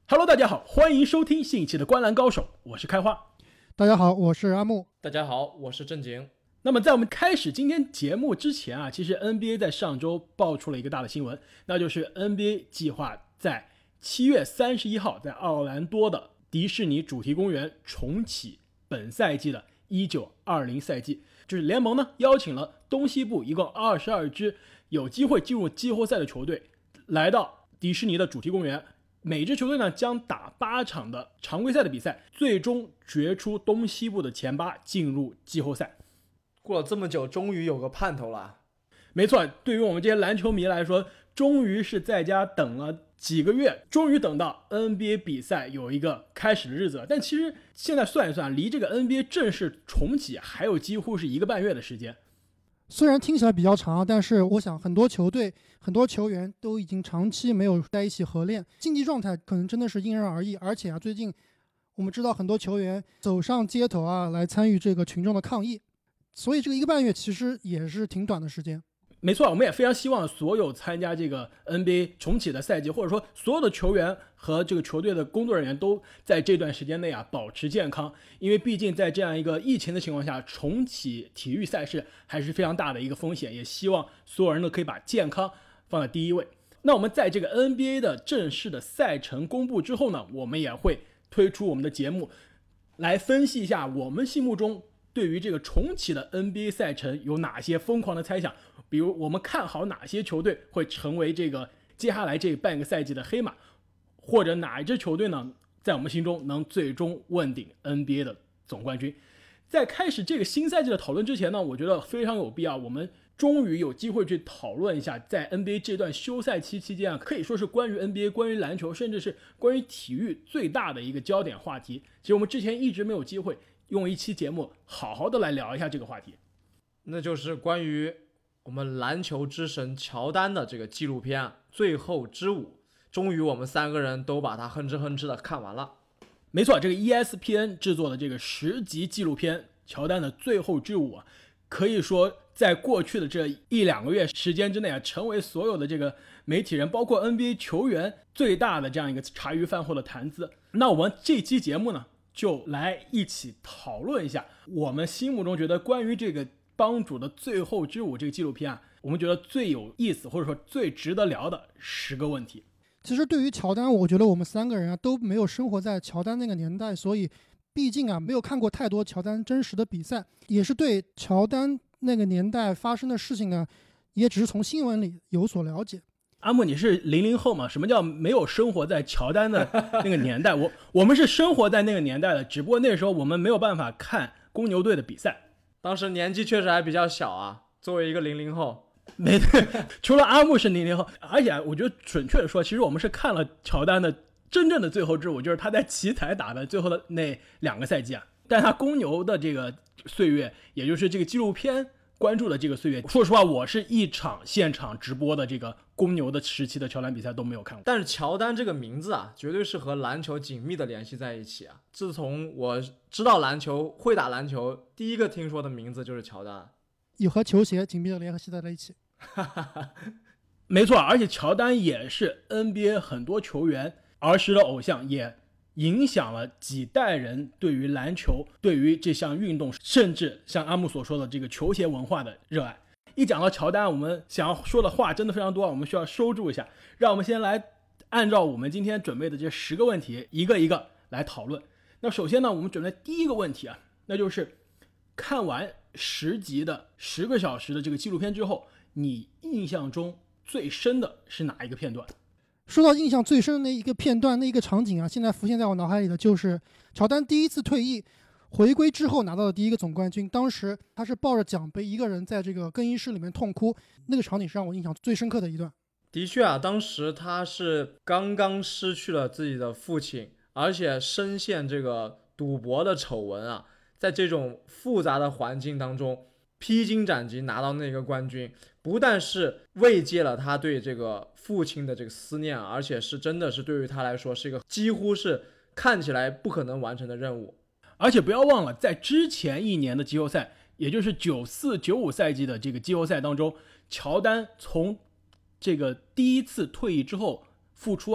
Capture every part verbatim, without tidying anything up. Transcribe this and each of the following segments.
Hello， 大家好，欢迎收听新一期的观篮高手，我是开花。 大家好，我是阿木。 大家好，我是正经。 那么在我们开始今天节目之前啊，其实 N B A 在上周爆出了一个大的新闻，那就是 N B A 计划在七月三十一号在奥兰多的迪士尼主题公园重启本赛季的一九二零赛季。就是联盟呢邀请了东西部一共二十二支有机会进入季后赛的球队来到迪士尼的主题公园。每支球队呢将打八场的常规赛的比赛，最终决出东西部的前八进入季后赛。 过了这么久，终于有个盼头了。 没错，对于我们这些篮球迷来说，终于是在家等了几个月，终于等到 N B A 比赛有一个开始的日子了。但其实现在算一算，离这个 N B A 正式重启还有几乎是一个半月的时间。 虽然听起来比较长，但是我想很多球队很多球员都已经长期没有在一起合练，竞技状态可能真的是因人而异。而且啊，最近我们知道很多球员走上街头啊，来参与这个群众的抗议，所以这个一个半月其实也是挺短的时间。 没错，我们也非常希望所有参加这个 N B A 重启的赛季，或者说所有的球员和这个球队的工作人员都在这段时间内啊保持健康，因为毕竟在这样一个疫情的情况下，重启体育赛事还是非常大的一个风险，也希望所有人都可以把健康放在第一位。那我们在这个 N B A 的正式的赛程公布之后呢，我们也会推出我们的节目来分析一下我们心目中对于这个重启的 N B A 赛程有哪些疯狂的猜想，比如我们看好哪些球队会成为这个接下来这半个赛季的黑马，或者哪一支球队呢在我们心中能最终问鼎 N B A 的总冠军。在开始这个新赛季的讨论之前呢，我觉得非常有必要，我们终于有机会去讨论一下在 N B A 这段休赛期期间啊，可以说是关于 N B A 关于篮球甚至是关于体育最大的一个焦点话题。其实我们之前一直没有机会用一期节目好好的来聊一下这个话题， 那就是关于我们篮球之神乔丹的这个纪录片《最后之舞》，终于我们三个人都把它哼哧哼哧的看完了。 没错，这个 E S P N 制作的这个十集纪录片《乔丹的最后之舞》啊，可以说在过去的这一两个月时间之内啊，成为所有的这个媒体人包括 N B A 球员最大的这样一个茶余饭后的谈资。那我们这期节目呢，就来一起讨论一下我们心目中觉得关于这个帮主的最后之舞这个纪录片啊，我们觉得最有意思或者说最值得聊的十个问题。 其实对于乔丹，我觉得我们三个人啊都没有生活在乔丹那个年代，所以毕竟啊没有看过太多乔丹真实的比赛，也是对乔丹那个年代发生的事情呢，也只是从新闻里有所了解。 阿木，你是零零后吗？什么叫没有生活在乔丹的那个年代？我我们是生活在那个年代的，只不过那时候我们没有办法看公牛队的比赛。 当时年纪确实还比较小啊，作为一个零零后。 没对，除了阿木是零零后，而且我觉得准确的说，其实我们是看了乔丹的真正的最后之舞，就是他在奇才打的最后的那两个赛季啊。但他公牛的这个岁月，也就是这个纪录片关注的这个岁月，说实话，我是一场现场直播的这个公牛的时期的乔丹比赛都没有看过。 但是乔丹这个名字啊，绝对是和篮球紧密的联系在一起啊。自从我知道篮球、会打篮球，第一个听说的名字就是乔丹， 也和球鞋紧密的联系在了一起。 没错，而且乔丹也是 N B A 很多球员儿时的偶像，也影响了几代人对于篮球、对于这项运动，甚至像阿木所说的这个球鞋文化的热爱。一讲到乔丹，我们想要说的话真的非常多，我们需要收住一下。让我们先来按照我们今天准备的这十个问题，一个一个来讨论。那首先呢，我们准备第一个问题啊，那就是看完十集的十个小时的这个纪录片之后，你印象中最深的是哪一个片段？ 说到印象最深的那一个片段，那一个场景啊，现在浮现在我脑海里的就是乔丹第一次退役回归之后拿到的第一个总冠军。当时他是抱着奖杯一个人在这个更衣室里面痛哭，那个场景是让我印象最深刻的一段。 的确啊，当时他是刚刚失去了自己的父亲，而且深陷这个赌博的丑闻啊，在这种复杂的环境当中披荆斩棘拿到那个冠军，不但是慰藉了他对这个父亲的这个思念，而且是真的是对于他来说是一个几乎是看起来不可能完成的任务。 而且不要忘了，在之前一年的季后赛，也就是九四九五赛季的这个季后赛当中，乔丹从这个第一次退役之后复出啊，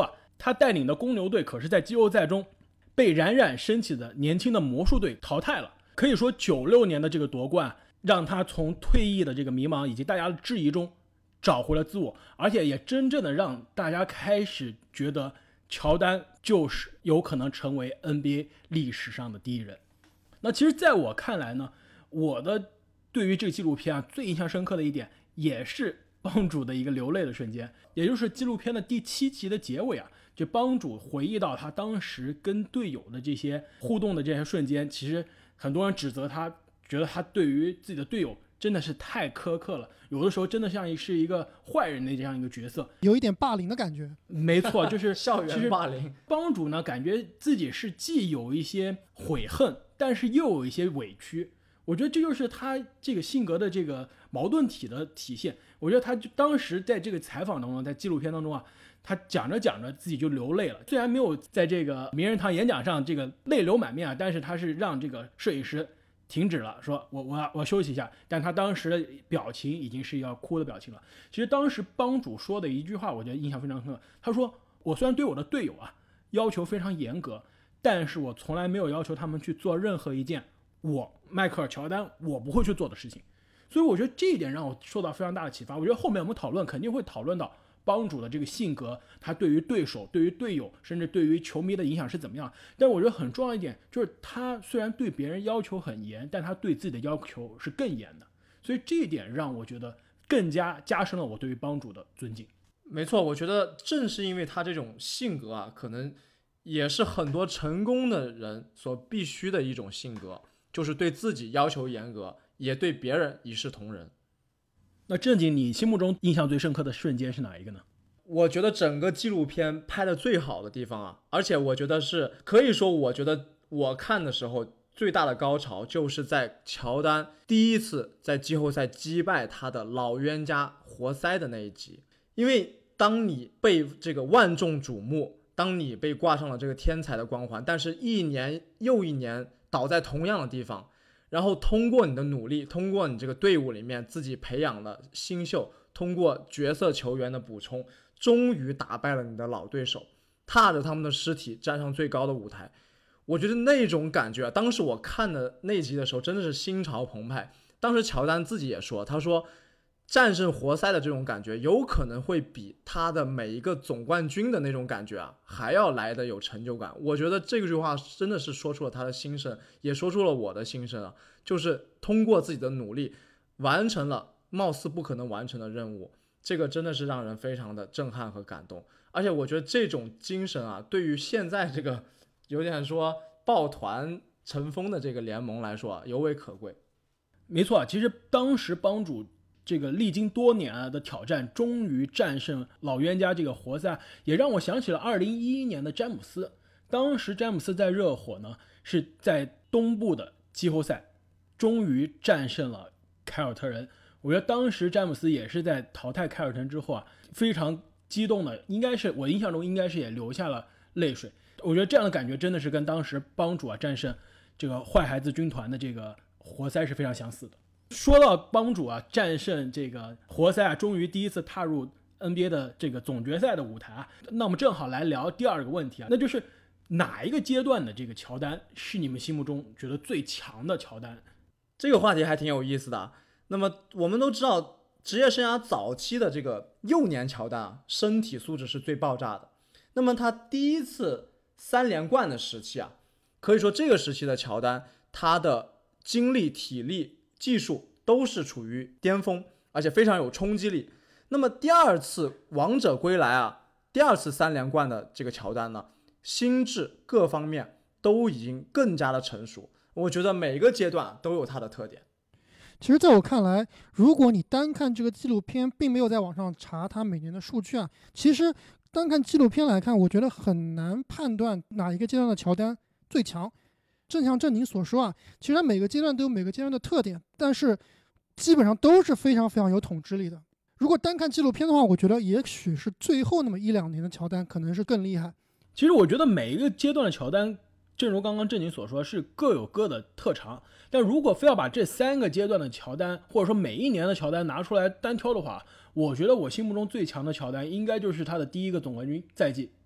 他带领的公牛队可是在季后赛中被冉冉升起的年轻的魔术队淘汰了。可以说九六年的这个夺冠让他从退役的这个迷茫以及大家的质疑中找回了自我，而且也真正的让大家开始觉得乔丹就是有可能成为 N B A 历史上的第一人。那其实在我看来呢，我的对于这个纪录片啊最印象深刻的一点也是帮主的一个流泪的瞬间，也就是纪录片的第七集的结尾啊，就帮主回忆到他当时跟队友的这些互动的这些瞬间，其实很多人指责他，觉得他对于自己的队友真的是太苛刻了，有的时候真的像是一个坏人的这样一个角色， 有一点霸凌的感觉。 没错，就是校园霸凌。 帮主呢，感觉自己是既有一些悔恨，但是又有一些委屈。我觉得这就是他这个性格的这个矛盾体的体现。我觉得他当时在这个采访当中，在纪录片当中啊，他讲着讲着自己就流泪了。虽然没有在这个名人堂演讲上这个泪流满面啊，但是他是让这个摄影师停止了，说我我我休息一下。但他当时的表情已经是要哭的表情了。其实当时帮主说的一句话，我觉得印象非常深刻。他说：“我虽然对我的队友啊要求非常严格，但是我从来没有要求他们去做任何一件我迈克尔乔丹我不会去做的事情。”所以我觉得这一点让我受到非常大的启发。我觉得后面我们讨论肯定会讨论到帮主的这个性格，他对于对手、对于队友，甚至对于球迷的影响是怎么样。但我觉得很重要一点就是，他虽然对别人要求很严，但他对自己的要求是更严的。所以这一点让我觉得更加加深了我对于帮主的尊敬。 没错，我觉得正是因为他这种性格啊，可能也是很多成功的人所必须的一种性格，就是对自己要求严格，也对别人一视同仁。 那正经，你心目中印象最深刻的瞬间是哪一个呢？ 我觉得整个纪录片拍的最好的地方啊，而且我觉得是可以说，我觉得我看的时候最大的高潮就是在乔丹第一次在季后赛击败他的老冤家活塞的那一集。因为当你被这个万众瞩目，当你被挂上了这个天才的光环，但是一年又一年倒在同样的地方，然后通过你的努力，通过你这个队伍里面自己培养的新秀，通过角色球员的补充，终于打败了你的老对手，踏着他们的尸体站上最高的舞台。我觉得那种感觉啊，当时我看的那集的时候真的是心潮澎湃。当时乔丹自己也说，他说战胜活塞的这种感觉有可能会比他的每一个总冠军的那种感觉啊还要来的有成就感。我觉得这句话真的是说出了他的心声，也说出了我的心声啊，就是通过自己的努力完成了貌似不可能完成的任务，这个真的是让人非常的震撼和感动。而且我觉得这种精神啊，对于现在这个有点说抱团成风的这个联盟来说啊，尤为可贵。 没错，其实当时帮主这个历经多年的挑战，终于战胜老冤家这个活塞，也让我想起了二零一一年的詹姆斯。当时詹姆斯在热火呢，是在东部的季后赛终于战胜了凯尔特人。我觉得当时詹姆斯也是在淘汰凯尔特人之后啊，非常激动的，应该是我印象中应该是也流下了泪水。我觉得这样的感觉真的是跟当时帮主啊战胜这个坏孩子军团的这个活塞是非常相似的。说到帮主啊战胜这个活塞啊，终于第一次踏入 N B A 的这个总决赛的舞台啊，那我们正好来聊第二个问题啊，那就是哪一个阶段的这个乔丹是你们心目中觉得最强的乔丹？ 这个话题还挺有意思的。那么我们都知道，职业生涯早期的这个幼年乔丹啊，身体素质是最爆炸的。那么他第一次三连冠的时期啊，可以说这个时期的乔丹，他的精力、体力、技术都是处于巅峰，而且非常有冲击力。那么第二次王者归来啊，第二次三连冠的这个乔丹呢，心智各方面都已经更加的成熟。我觉得每个阶段都有它的特点。 其实在我看来，如果你单看这个纪录片，并没有在网上查他每年的数据啊，其实单看纪录片来看，我觉得很难判断哪一个阶段的乔丹最强。正像正您所说啊，其实他每个阶段都有每个阶段的特点，但是基本上都是非常非常有统治力的。如果单看纪录片的话，我觉得也许是最后那么一两年的乔丹可能是更厉害。 其实我觉得每一个阶段的乔丹，正如刚刚正经所说，是各有各的特长。但如果非要把这三个阶段的乔丹，或者说每一年的乔丹拿出来单挑的话，我觉得我心目中最强的乔丹应该就是他的第一个总冠军赛季，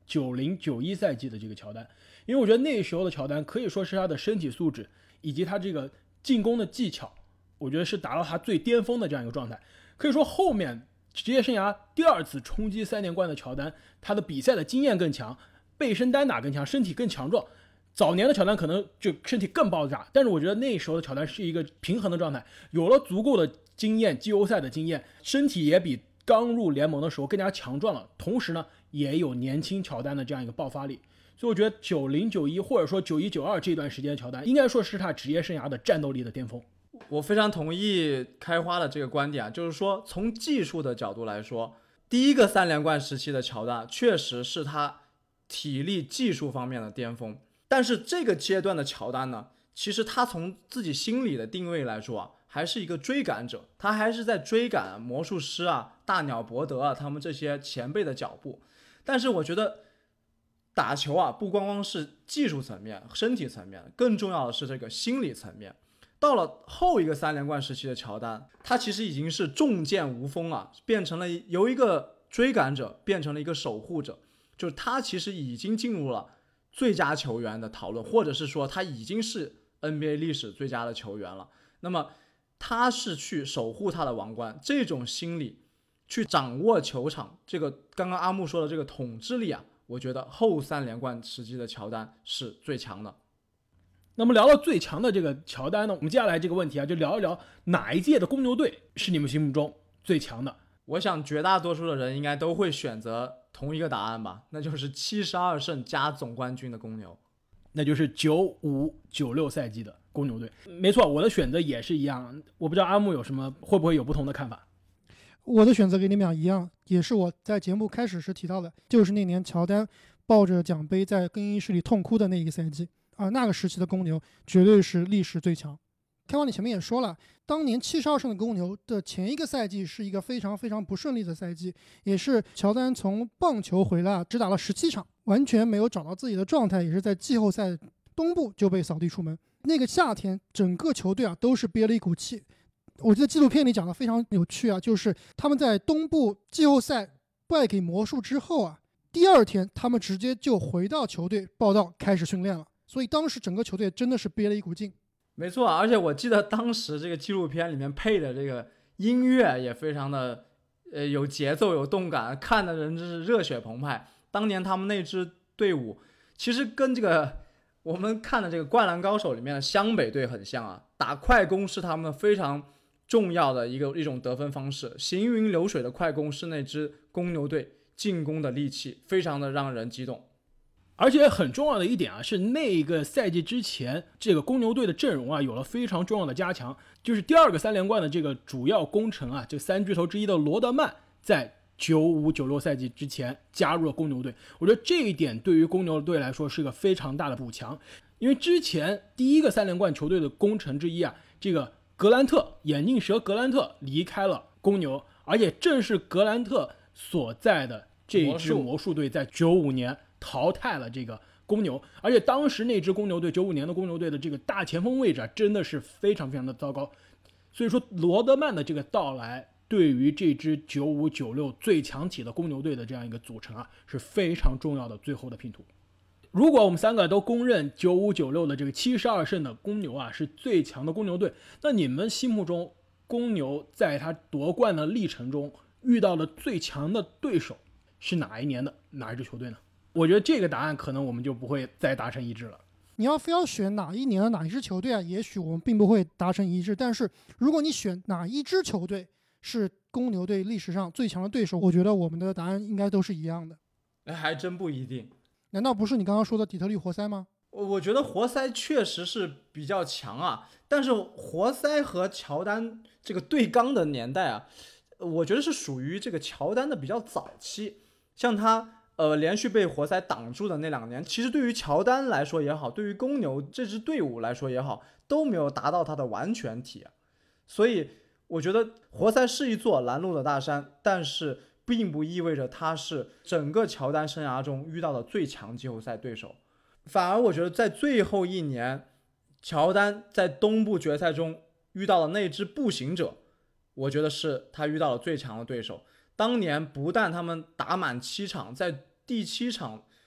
九零九一赛季的这个乔丹，因为我觉得那时候的乔丹可以说是他的身体素质以及他这个进攻的技巧，我觉得是达到他最巅峰的这样一个状态。可以说后面职业生涯第二次冲击三连冠的乔丹，他的比赛的经验更强，背身单打更强，身体更强壮。早年的乔丹可能就身体更爆炸，但是我觉得那时候的乔丹是一个平衡的状态，有了足够的经验，季后赛的经验，身体也比刚入联盟的时候更加强壮了，同时呢也有年轻乔丹的这样一个爆发力。所以我觉得九零九一或者说九一九二这段时间的乔丹应该说是他职业生涯的战斗力的巅峰。 我非常同意开花的这个观点啊，就是说从技术的角度来说，第一个三连冠时期的乔丹确实是他体力技术方面的巅峰，但是这个阶段的乔丹呢，其实他从自己心理的定位来说啊，还是一个追赶者，他还是在追赶魔术师啊、大鸟伯德啊他们这些前辈的脚步。但是我觉得打球啊，不光光是技术层面、身体层面，更重要的是这个心理层面。到了后一个三连冠时期的乔丹，他其实已经是重剑无锋啊，变成了由一个追赶者变成了一个守护者，就是他其实已经进入了最佳球员的讨论，或者是说他已经是 N B A 历史最佳的球员了。那么他是去守护他的王冠，这种心理去掌握球场，这个刚刚阿木说的这个统治力啊，我觉得后三连冠时期的乔丹是最强的。 那么聊到最强的这个乔丹呢，我们接下来这个问题啊，就聊一聊哪一届的公牛队是你们心目中最强的？ 我想绝大多数的人应该都会选择同一个答案吧，那就是七十二胜加总冠军的公牛， 那就是九五九六赛季的公牛队。没错，我的选择也是一样，我不知道阿木有什么会不会有不同的看法？ 我的选择跟你们俩一样，也是我在节目开始时提到的，就是那年乔丹抱着奖杯在更衣室里痛哭的那一个赛季啊，那个时期的公牛绝对是历史最强。开王你前面也说了，当年七十二胜的公牛的前一个赛季是一个非常非常不顺利的赛季，也是乔丹从棒球回来只打了十七场，完全没有找到自己的状态，也是在季后赛东部就被扫地出门。那个夏天整个球队啊都是憋了一股气。我觉得纪录片里讲的非常有趣啊，就是他们在东部季后赛败给魔术之后啊，第二天他们直接就回到球队报道开始训练了，所以当时整个球队真的是憋了一股劲。 没错，而且我记得当时这个纪录片里面配的这个音乐也非常的呃有节奏有动感，看的人真是热血澎湃。当年他们那支队伍其实跟这个我们看的这个灌篮高手里面的湘北队很像啊，打快攻是他们非常重要的一个一种得分方式，行云流水的快攻是那支公牛队进攻的利器，非常的让人激动。 而且很重要的一点啊，是那个赛季之前，这个公牛队的阵容啊有了非常重要的加强，就是第二个三连冠的这个主要功臣啊，这三巨头之一的罗德曼，在九五九六赛季之前加入了公牛队。我觉得这一点对于公牛队来说是个非常大的补强，因为之前第一个三连冠球队的功臣之一啊，这个格兰特眼镜蛇格兰特离开了公牛，而且正是格兰特所在的这一支魔术队在九五年淘汰了这个公牛，而且当时那支公牛队九五年的公牛队的这个大前锋位置啊，真的是非常非常的糟糕。所以说罗德曼的这个到来，对于这支九五九六最强体的公牛队的这样一个组成啊，是非常重要的最后的拼图。如果我们三个都公认九五九六的这个七十二胜的公牛啊是最强的公牛队，那你们心目中公牛在他夺冠的历程中遇到的最强的对手是哪一年的哪一支球队呢？我觉得这个答案可能我们就不会再达成一致了。 你要非要选哪一年的哪一支球队啊，也许我们并不会达成一致，但是如果你选哪一支球队是公牛队历史上最强的对手，我觉得我们的答案应该都是一样的。 还真不一定。 难道不是你刚刚说的底特律活塞吗？ 我觉得活塞确实是比较强啊，但是活塞和乔丹这个对刚的年代啊，我觉得是属于这个乔丹的比较早期。像他呃连续被活塞挡住的那两年，其实对于乔丹来说也好，对于公牛这支队伍来说也好，都没有达到他的完全体啊。所以我觉得活塞是一座拦路的大山，但是并不意味着他是整个乔丹生涯中遇到的最强季后赛对手。反而我觉得在最后一年，乔丹在东部决赛中遇到的那支步行者，我觉得是他遇到了最强的对手。当年不但他们打满七场，在第七场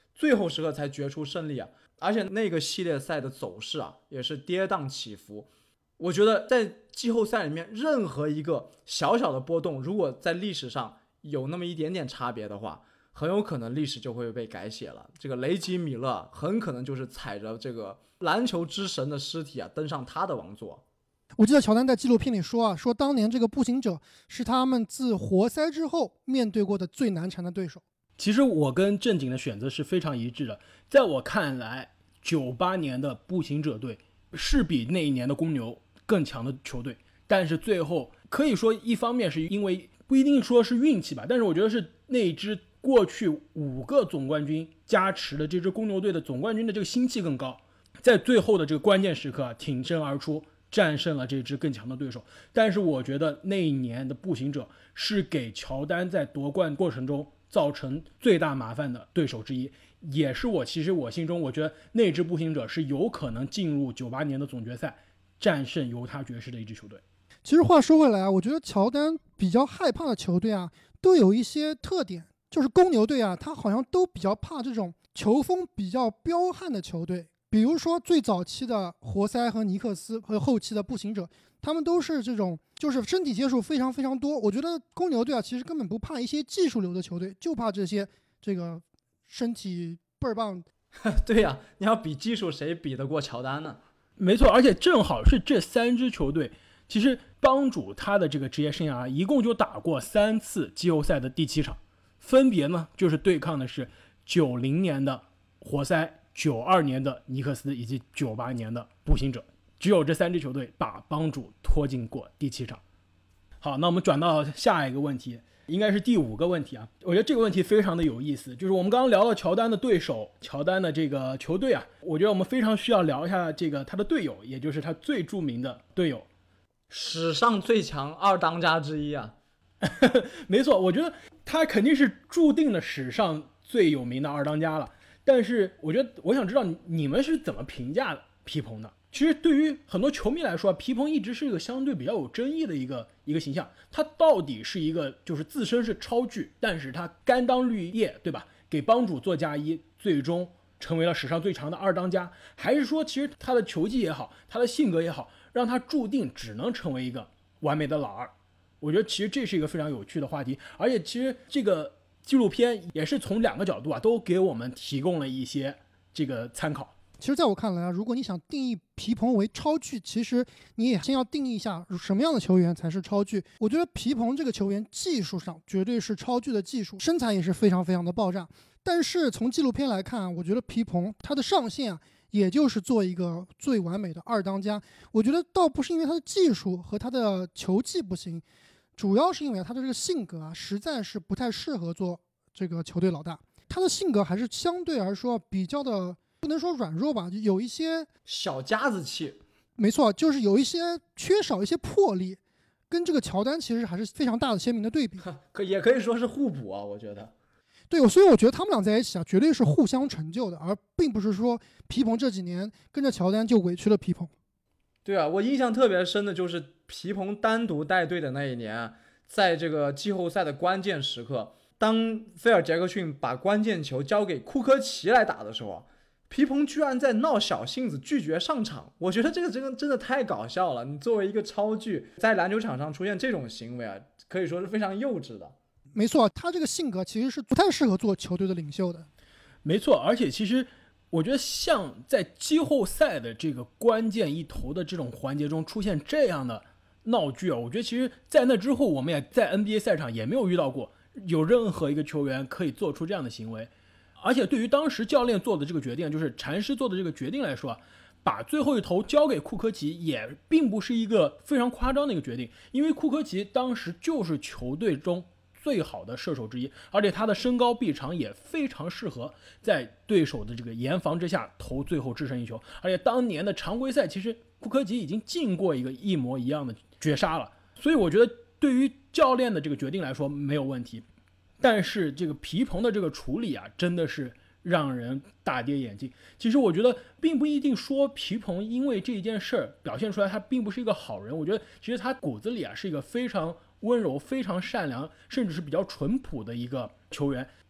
最后时刻才决出胜利啊！而且那个系列赛的走势啊，也是跌宕起伏。我觉得在季后赛里面，任何一个小小的波动，如果在历史上有那么一点点差别的话，很有可能历史就会被改写了。这个雷吉米勒很可能就是踩着这个篮球之神的尸体啊，登上他的王座。 我记得乔丹在纪录片里说啊，说当年这个步行者是他们自活塞之后面对过的最难缠的对手。 其实我跟正经的选择是非常一致的，在我看来，九八年的步行者队是比那一年的公牛更强的球队，但是最后可以说一方面是因为不一定说是运气吧，但是我觉得是那支过去五个总冠军加持的这支公牛队的总冠军的这个心气更高，在最后的这个关键时刻、啊、挺身而出，战胜了这支更强的对手。但是我觉得那一年的步行者是给乔丹在夺冠过程中造成最大麻烦的对手之一，也是我其实我心中我觉得那支步行者是有可能进入九八年的总决赛战胜犹他爵士的一支球队。 其实话说回来啊，我觉得乔丹比较害怕的球队啊，都有一些特点，就是公牛队啊，他好像都比较怕这种球风比较彪悍的球队。比如说最早期的活塞和尼克斯和后期的步行者，他们都是这种就是身体接触非常非常多。我觉得公牛队啊，其实根本不怕一些技术流的球队，就怕这些这个身体倍儿棒。 对呀、啊，你要比技术，谁比得过乔丹呢？ 没错，而且正好是这三支球队，其实帮主他的这个职业生涯一共就打过三次季后赛的第七场，分别呢就是对抗的是九零年的活塞、九二年的尼克斯以及九八年的步行者，只有这三支球队把帮主拖进过第七场。好，那我们转到下一个问题，应该是第五个问题啊。我觉得这个问题非常的有意思，就是我们刚刚聊到乔丹的对手，乔丹的这个球队啊，我觉得我们非常需要聊一下这个他的队友，也就是他最著名的队友， 史上最强二当家之一啊。 没错，我觉得他肯定是注定了史上最有名的二当家了。但是我觉得我想知道你们是怎么评价皮蓬的。其实对于很多球迷来说，皮蓬一直是一个相对比较有争议的一个一个形象。他到底是一个就是自身是超巨，但是他甘当绿叶，对吧？给帮主做嫁衣，最终成为了史上最强的二当家，还是说其实他的球技也好，他的性格也好，让他注定只能成为一个完美的老二？我觉得其实这是一个非常有趣的话题，而且其实这个纪录片也是从两个角度啊，都给我们提供了一些这个参考。 其实在我看来啊，如果你想定义皮蓬为超巨，其实你也先要定义一下什么样的球员才是超巨。我觉得皮蓬这个球员技术上绝对是超巨的技术，身材也是非常非常的爆炸。但是从纪录片来看，我觉得皮蓬他的上限啊，也就是做一个最完美的二当家。我觉得倒不是因为他的技术和他的球技不行，主要是因为他的这个性格啊，实在是不太适合做这个球队老大。他的性格还是相对来说比较的，不能说软弱吧，有一些小家子气。 没错，就是有一些缺少一些魄力，跟这个乔丹其实还是非常大的鲜明的对比。 可也可以说是互补啊，我觉得。 对，所以我觉得他们俩在一起啊，绝对是互相成就的，而并不是说皮蓬这几年跟着乔丹就委屈了皮蓬。 对啊，我印象特别深的就是皮蓬单独带队的那一年，在这个季后赛的关键时刻，当菲尔杰克逊把关键球交给库科奇来打的时候，皮蓬居然在闹小性子，拒绝上场。我觉得这个真的真的太搞笑了。你作为一个超巨，在篮球场上出现这种行为啊，可以说是非常幼稚的。 没错，他这个性格其实是不太适合做球队的领袖的。 没错，而且其实我觉得像在季后赛的这个关键一投的这种环节中出现这样的闹剧啊，我觉得其实在那之后我们也在 N B A 赛场也没有遇到过有任何一个球员可以做出这样的行为。而且对于当时教练做的这个决定，就是禅师做的这个决定来说，把最后一投交给库科奇也并不是一个非常夸张的一个决定，因为库科奇当时就是球队中最好的射手之一，而且他的身高臂长也非常适合在对手的这个严防之下投最后制胜一球。而且当年的常规赛，其实库科奇已经进过一个一模一样的绝杀了，所以我觉得对于教练的这个决定来说没有问题。但是这个皮蓬的这个处理啊，真的是让人大跌眼镜。其实我觉得并不一定说皮蓬因为这件事儿表现出来他并不是一个好人，我觉得其实他骨子里啊是一个非常温柔、非常善良，甚至是比较淳朴的一个球员。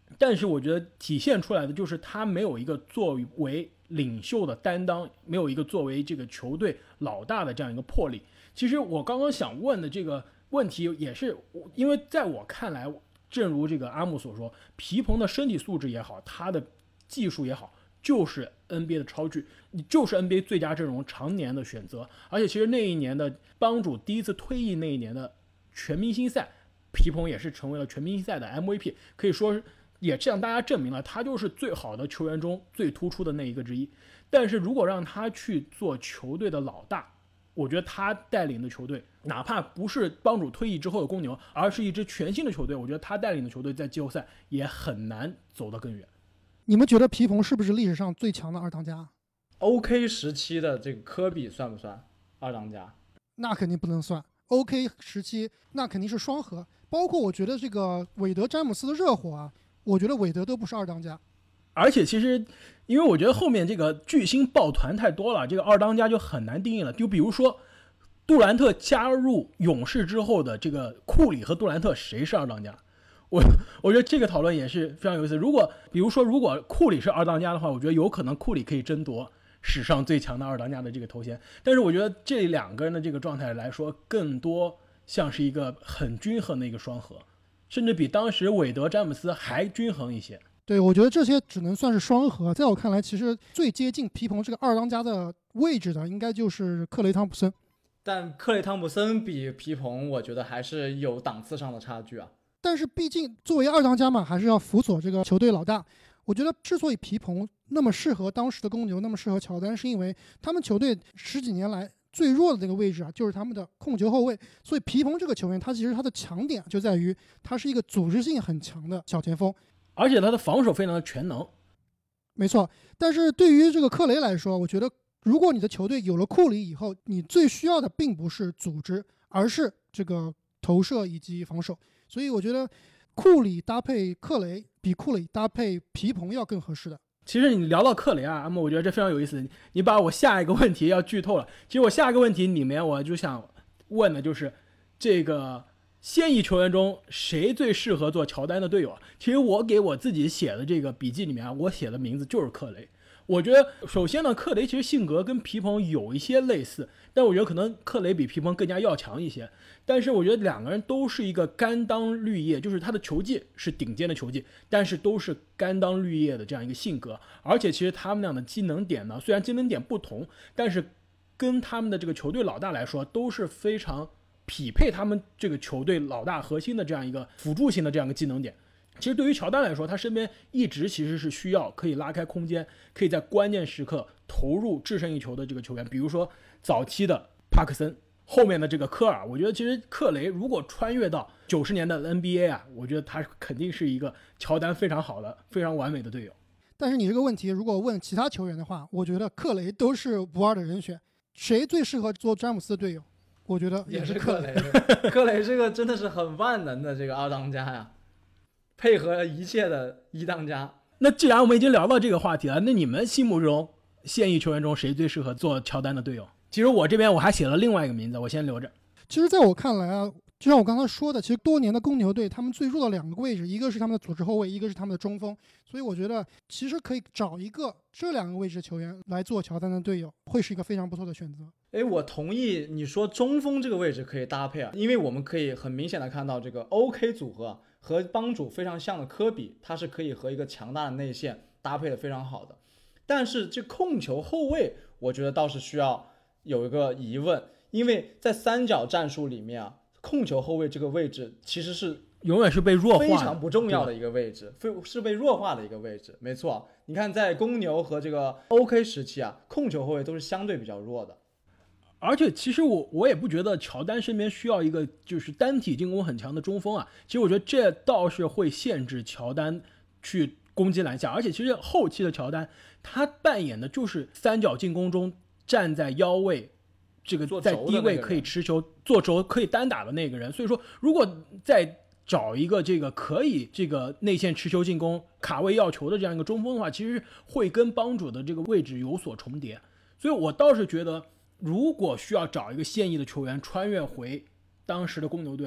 但是我觉得体现出来的就是他没有一个作为领袖的担当，没有一个作为这个球队老大的这样一个魄力。其实我刚刚想问的这个问题也是，因为在我看来，正如这个阿木所说，皮蓬的身体素质也好，他的技术也好，就是 N B A 的超巨，你就是 N B A 最佳阵容常年的选择。而且其实那一年的帮主第一次退役那一年的全明星赛，皮蓬也是成为了全明星赛的 M V P， 可以说也向大家证明了他就是最好的球员中最突出的那一个之一。但是如果让他去做球队的老大，我觉得他带领的球队，哪怕不是帮主退役之后的公牛，而是一支全新的球队，我觉得他带领的球队在季后赛也很难走得更远。 你们觉得皮蓬是不是历史上最强的二当家？ OK 时期的这个科比算不算二当家？ 那肯定不能算。 OK 时期那肯定是双核，包括我觉得这个韦德詹姆斯的热火啊，我觉得韦德都不是二当家。 而且其实因为我觉得后面这个巨星抱团太多了，这个二当家就很难定义了。就比如说杜兰特加入勇士之后的这个库里和杜兰特，谁是二当家？我我觉得这个讨论也是非常有意思。如果比如说如果库里是二当家的话，我觉得有可能库里可以争夺史上最强的二当家的这个头衔。但是我觉得这两个人的这个状态来说，更多像是一个很均衡的一个双核，甚至比当时韦德詹姆斯还均衡一些。 对，我觉得这些只能算是双核。在我看来，其实最接近皮蓬这个二当家的位置的，应该就是克雷汤普森。 但克雷汤普森比皮蓬，我觉得还是有档次上的差距啊。 但是毕竟作为二当家嘛，还是要辅佐这个球队老大。我觉得之所以皮蓬那么适合当时的公牛，那么适合乔丹，是因为他们球队十几年来最弱的那个位置啊，就是他们的控球后卫。所以皮蓬这个球员，他其实他的强点就在于他是一个组织性很强的小前锋， 而且他的防守非常的全能。 没错。但是对于这个克雷来说，我觉得如果你的球队有了库里以后，你最需要的并不是组织，而是这个投射以及防守。所以我觉得库里搭配克雷比库里搭配皮蓬要更合适的。 其实你聊到克雷啊，阿莫，我觉得这非常有意思。你把我下一个问题要剧透了。其实我下一个问题里面，我就想问的就是这个现役球员中谁最适合做乔丹的队友啊？其实我给我自己写的这个笔记里面啊，我写的名字就是克雷。我觉得首先呢，克雷其实性格跟皮蓬有一些类似，但我觉得可能克雷比皮蓬更加要强一些。但是我觉得两个人都是一个甘当绿叶，就是他的球技是顶尖的球技，但是都是甘当绿叶的这样一个性格。而且其实他们俩的技能点呢，虽然技能点不同，但是跟他们的这个球队老大来说都是非常匹配他们这个球队老大核心的这样一个辅助型的这样一个技能点。其实对于乔丹来说，他身边一直其实是需要可以拉开空间，可以在关键时刻投入制胜一球的这个球员。比如说早期的帕克森，后面的这个科尔。我觉得其实克雷如果穿越到九十年的 N B A 啊，我觉得他肯定是一个乔丹非常好的非常完美的队友。 但是你这个问题如果问其他球员的话，我觉得克雷都是不二的人选。谁最适合做詹姆斯的队友？我觉得也是克雷。克雷这个真的是很万能的这个二当家呀，配合一切的一当家。 那既然我们已经聊到这个话题了，那你们心目中现役球员中谁最适合做乔丹的队友？其实我这边我还写了另外一个名字，我先留着。 其实在我看来啊，就像我刚才说的，其实多年的公牛队他们最弱的两个位置，一个是他们的组织后卫，一个是他们的中锋。所以我觉得其实可以找一个这两个位置的球员来做乔丹的队友，会是一个非常不错的选择。 诶，我同意你说中锋这个位置可以搭配啊，因为我们可以很明显的看到这个 OK 组合、啊、和帮主非常像的科比，他是可以和一个强大的内线搭配的非常好的。但是这控球后卫我觉得倒是需要有一个疑问，因为在三角战术里面啊，控球后卫这个位置其实是永远是被弱化的， 非常不重要的一个位置，是被弱化的一个位置。没错，你看在公牛和这个 OK 时期啊，控球后卫都是相对比较弱的。 而且其实我我也不觉得乔丹身边需要一个就是单体进攻很强的中锋啊。其实我觉得这倒是会限制乔丹去攻击篮下。而且其实后期的乔丹他扮演的就是三角进攻中站在腰位，这个在低位可以持球做轴可以单打的那个人。所以说如果再找一个这个可以这个内线持球进攻卡位要球的这样一个中锋的话，其实会跟帮主的这个位置有所重叠。所以我倒是觉得如果需要找一个现役的球员穿越回当时的公牛队啊，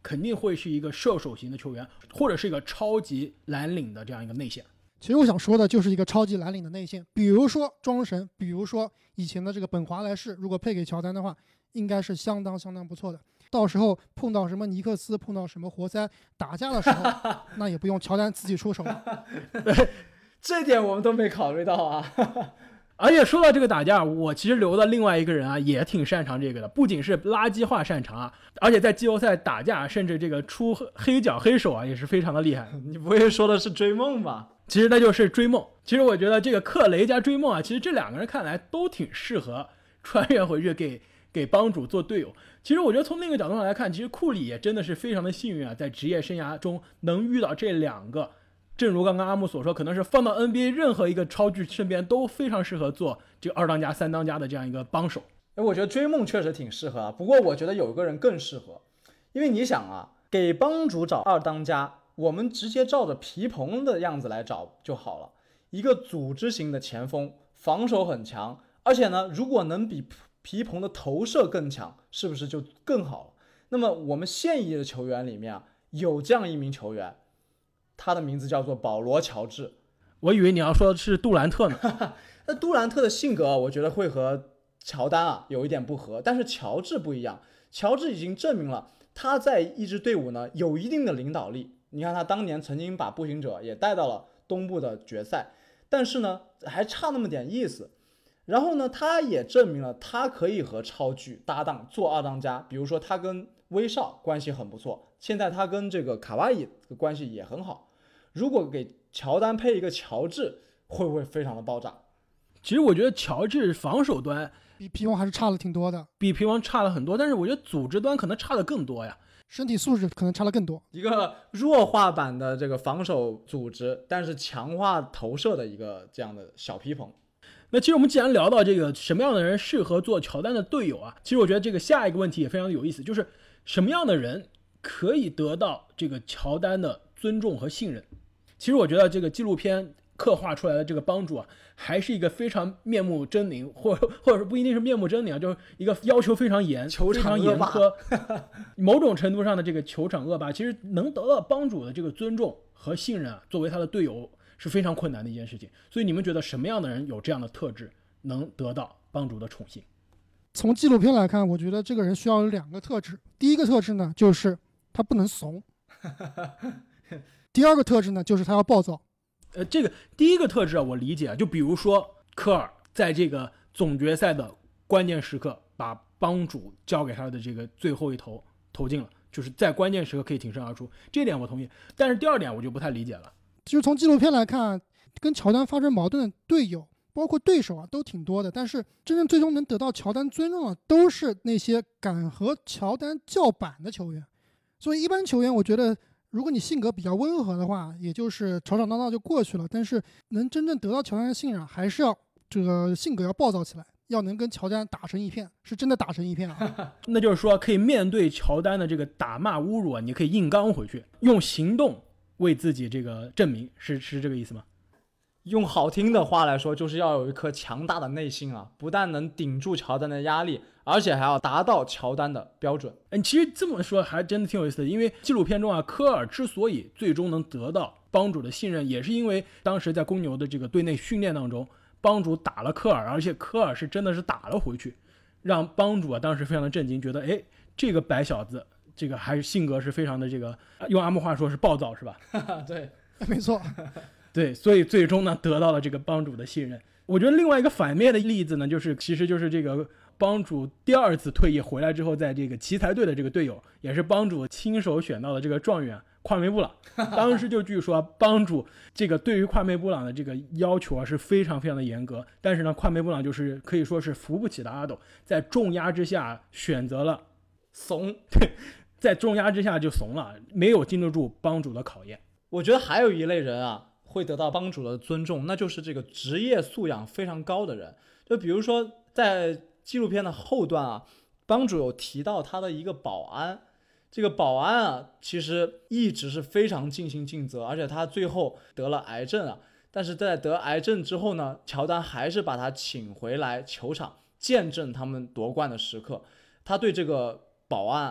肯定会是一个射手型的球员，或者是一个超级蓝领的这样一个内线。 其实我想说的就是一个超级蓝领的内线，比如说庄神，比如说以前的这个本华莱士，如果配给乔丹的话，应该是相当相当不错的。到时候碰到什么尼克斯，碰到什么活塞打架的时候，那也不用乔丹自己出手了。 这点我们都没考虑到啊。 而且说到这个打架，我其实留的另外一个人啊，也挺擅长这个的，不仅是垃圾话擅长啊，而且在季后赛打架，甚至这个出黑脚黑手啊，也是非常的厉害。 你不会说的是追梦吧？ 其实那就是追梦。其实我觉得这个克雷加追梦啊，其实这两个人看来都挺适合穿越回去给给帮主做队友。其实我觉得从那个角度上来看，其实库里也真的是非常的幸运啊，在职业生涯中能遇到这两个。正如刚刚阿木所说，可能是放到 N B A 任何一个超巨身边都非常适合做这个二当家三当家的这样一个帮手。 我觉得追梦确实挺适合啊，不过我觉得有一个人更适合，因为你想啊，给帮主找二当家，我们直接照着皮蓬的样子来找就好了。一个组织型的前锋，防守很强，而且呢，如果能比皮蓬的投射更强，是不是就更好了？那么我们现役的球员里面啊，有这样一名球员。他的名字叫做保罗·乔治， 我以为你要说的是杜兰特呢。 那杜兰特的性格，我觉得会和乔丹啊有一点不合，但是乔治不一样。乔治已经证明了他在一支队伍呢有一定的领导力。你看他当年曾经把步行者也带到了东部的决赛，但是呢还差那么点意思。然后呢，他也证明了他可以和超巨搭档做二当家，比如说他跟威少关系很不错，现在他跟这个卡哇伊的关系也很好。如果给乔丹配一个乔治，会不会非常的爆炸？ 其实我觉得乔治防守端比皮蓬还是差了挺多的， 比皮蓬差了很多，但是我觉得组织端可能差的更多呀， 身体素质可能差了更多。 一个弱化版的这个防守组织，但是强化投射的一个这样的小皮蓬。 那其实我们既然聊到这个什么样的人适合做乔丹的队友啊，其实我觉得这个下一个问题也非常的有意思，就是什么样的人可以得到这个乔丹的尊重和信任。其实我觉得这个纪录片刻画出来的这个帮主啊，还是一个非常面目狰狞，或者或者说不一定是面目狰狞啊，就是一个要求非常严、 球场恶霸， 非常严苛，某种程度上的这个球场恶霸，其实能得到帮主的这个尊重和信任啊，作为他的队友是非常困难的一件事情。所以你们觉得什么样的人有这样的特质，能得到帮主的宠幸？ 从纪录片来看，我觉得这个人需要有两个特质。第一个特质呢，就是他不能怂。第二个特质呢，就是他要暴躁。 呃，这个第一个特质啊，我理解啊，就比如说科尔在这个总决赛的关键时刻，把帮主交给他的这个最后一投投进了，就是在关键时刻可以挺身而出，这点我同意。但是第二点我就不太理解了， 就是从纪录片来看，跟乔丹发生矛盾的队友，包括对手啊，都挺多的。但是真正最终能得到乔丹尊重的，都是那些敢和乔丹叫板的球员。所以一般球员，我觉得，如果你性格比较温和的话，也就是吵吵闹闹就过去了。但是能真正得到乔丹的信任，还是要这个性格要暴躁起来，要能跟乔丹打成一片，是真的打成一片啊。 那就是说，可以面对乔丹的这个打骂侮辱啊，你可以硬刚回去，用行动为自己这个证明，是是这个意思吗？ 用好听的话来说，就是要有一颗强大的内心啊，不但能顶住乔丹的压力，而且还要达到乔丹的标准。 嗯，其实这么说还真的挺有意思的，因为纪录片中啊，科尔之所以最终能得到帮主的信任，也是因为当时在公牛的这个队内训练当中，帮主打了科尔，而且科尔是真的是打了回去，让帮主啊当时非常的震惊，觉得哎，这个白小子，这个还是性格是非常的这个，用阿木话说是暴躁，是吧？ 对， 没错。 对，所以最终呢得到了这个帮主的信任。我觉得另外一个反面的例子呢，就是其实就是这个帮主第二次退役回来之后，在这个奇才队的这个队友，也是帮主亲手选到的这个状元夸梅布朗。当时就据说帮主这个对于夸梅布朗的这个要求啊是非常非常的严格，但是呢，夸梅布朗就是可以说是扶不起的阿斗，在重压之下选择了怂， 对，在重压之下就怂了，没有经得住帮主的考验。 我觉得还有一类人啊，会得到帮主的尊重，那就是这个职业素养非常高的人。就比如说在纪录片的后段啊，帮主有提到他的一个保安，这个保安啊其实一直是非常尽心尽责，而且他最后得了癌症啊，但是在得癌症之后呢，乔丹还是把他请回来球场，见证他们夺冠的时刻。他对这个保安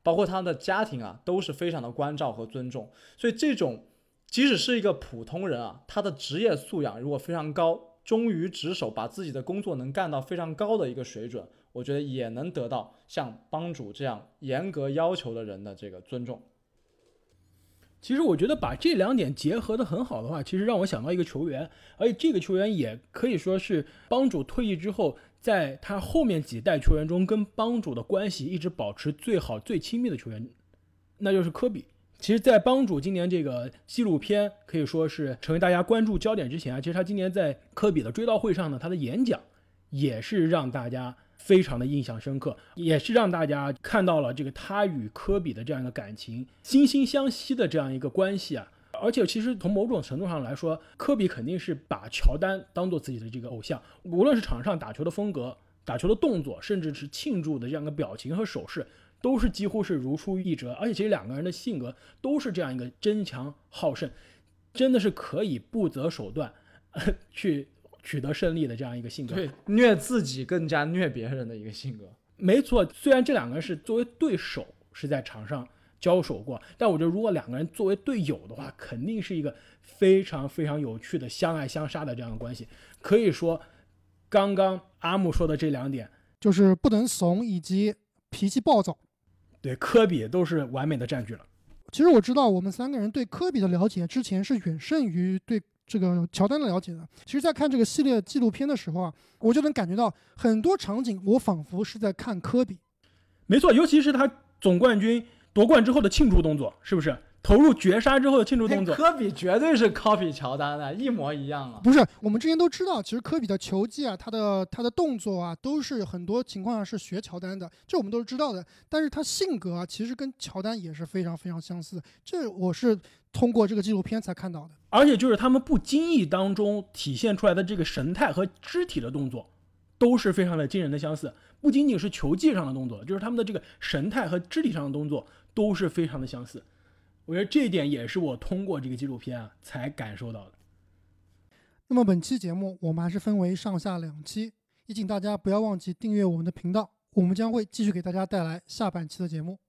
包括他的家庭啊，都是非常的关照和尊重。所以这种即使是一个普通人啊，他的职业素养如果非常高，忠于职守，把自己的工作能干到非常高的一个水准，我觉得也能得到像帮主这样严格要求的人的这个尊重。 其实我觉得把这两点结合得很好的话，其实让我想到一个球员，而且这个球员也可以说是帮主退役之后，在他后面几代球员中跟帮主的关系一直保持最好最亲密的球员，那就是科比。其实在帮主今年这个纪录片可以说是成为大家关注焦点之前啊，其实他今年在科比的追悼会上呢，他的演讲也是让大家非常的印象深刻，也是让大家看到了这个他与科比的这样一个感情，惺惺相惜的这样一个关系啊。而且其实从某种程度上来说，科比肯定是把乔丹当做自己的这个偶像，无论是场上打球的风格、打球的动作，甚至是庆祝的这样一个表情和手势，都是几乎是如出一辙。而且其实两个人的性格都是这样一个争强好胜，真的是可以不择手段去取得胜利的这样一个性格， 对，虐自己更加虐别人的一个性格。 没错，虽然这两个人是作为对手是在场上交手过，但我觉得如果两个人作为队友的话，肯定是一个非常非常有趣的相爱相杀的这样的关系。可以说刚刚阿木说的这两点， 就是不能怂以及脾气暴躁， 对科比都是完美的占据了。 其实我知道我们三个人对科比的了解之前是远胜于对这个乔丹的了解的。其实在看这个系列纪录片的时候啊，我就能感觉到很多场景我仿佛是在看科比。 没错，尤其是他总冠军夺冠之后的庆祝动作，是不是投入绝杀之后的庆祝动作？ 科比绝对是 copy 乔丹的，一模一样啊！ 不是，我们之前都知道，其实科比的球技啊，他的他的动作啊，都是很多情况下是学乔丹的，这我们都是知道的。但是他性格啊，其实跟乔丹也是非常非常相似的，这我是通过这个纪录片才看到的。 而且就是他们不经意当中体现出来的这个神态和肢体的动作，都是非常的惊人的相似。不仅仅是球技上的动作，就是他们的这个神态和肢体上的动作都是非常的相似。我觉得这一点也是我通过这个纪录片啊才感受到的。 那么本期节目我们还是分为上下两期，也请大家不要忘记订阅我们的频道，我们将会继续给大家带来下半期的节目。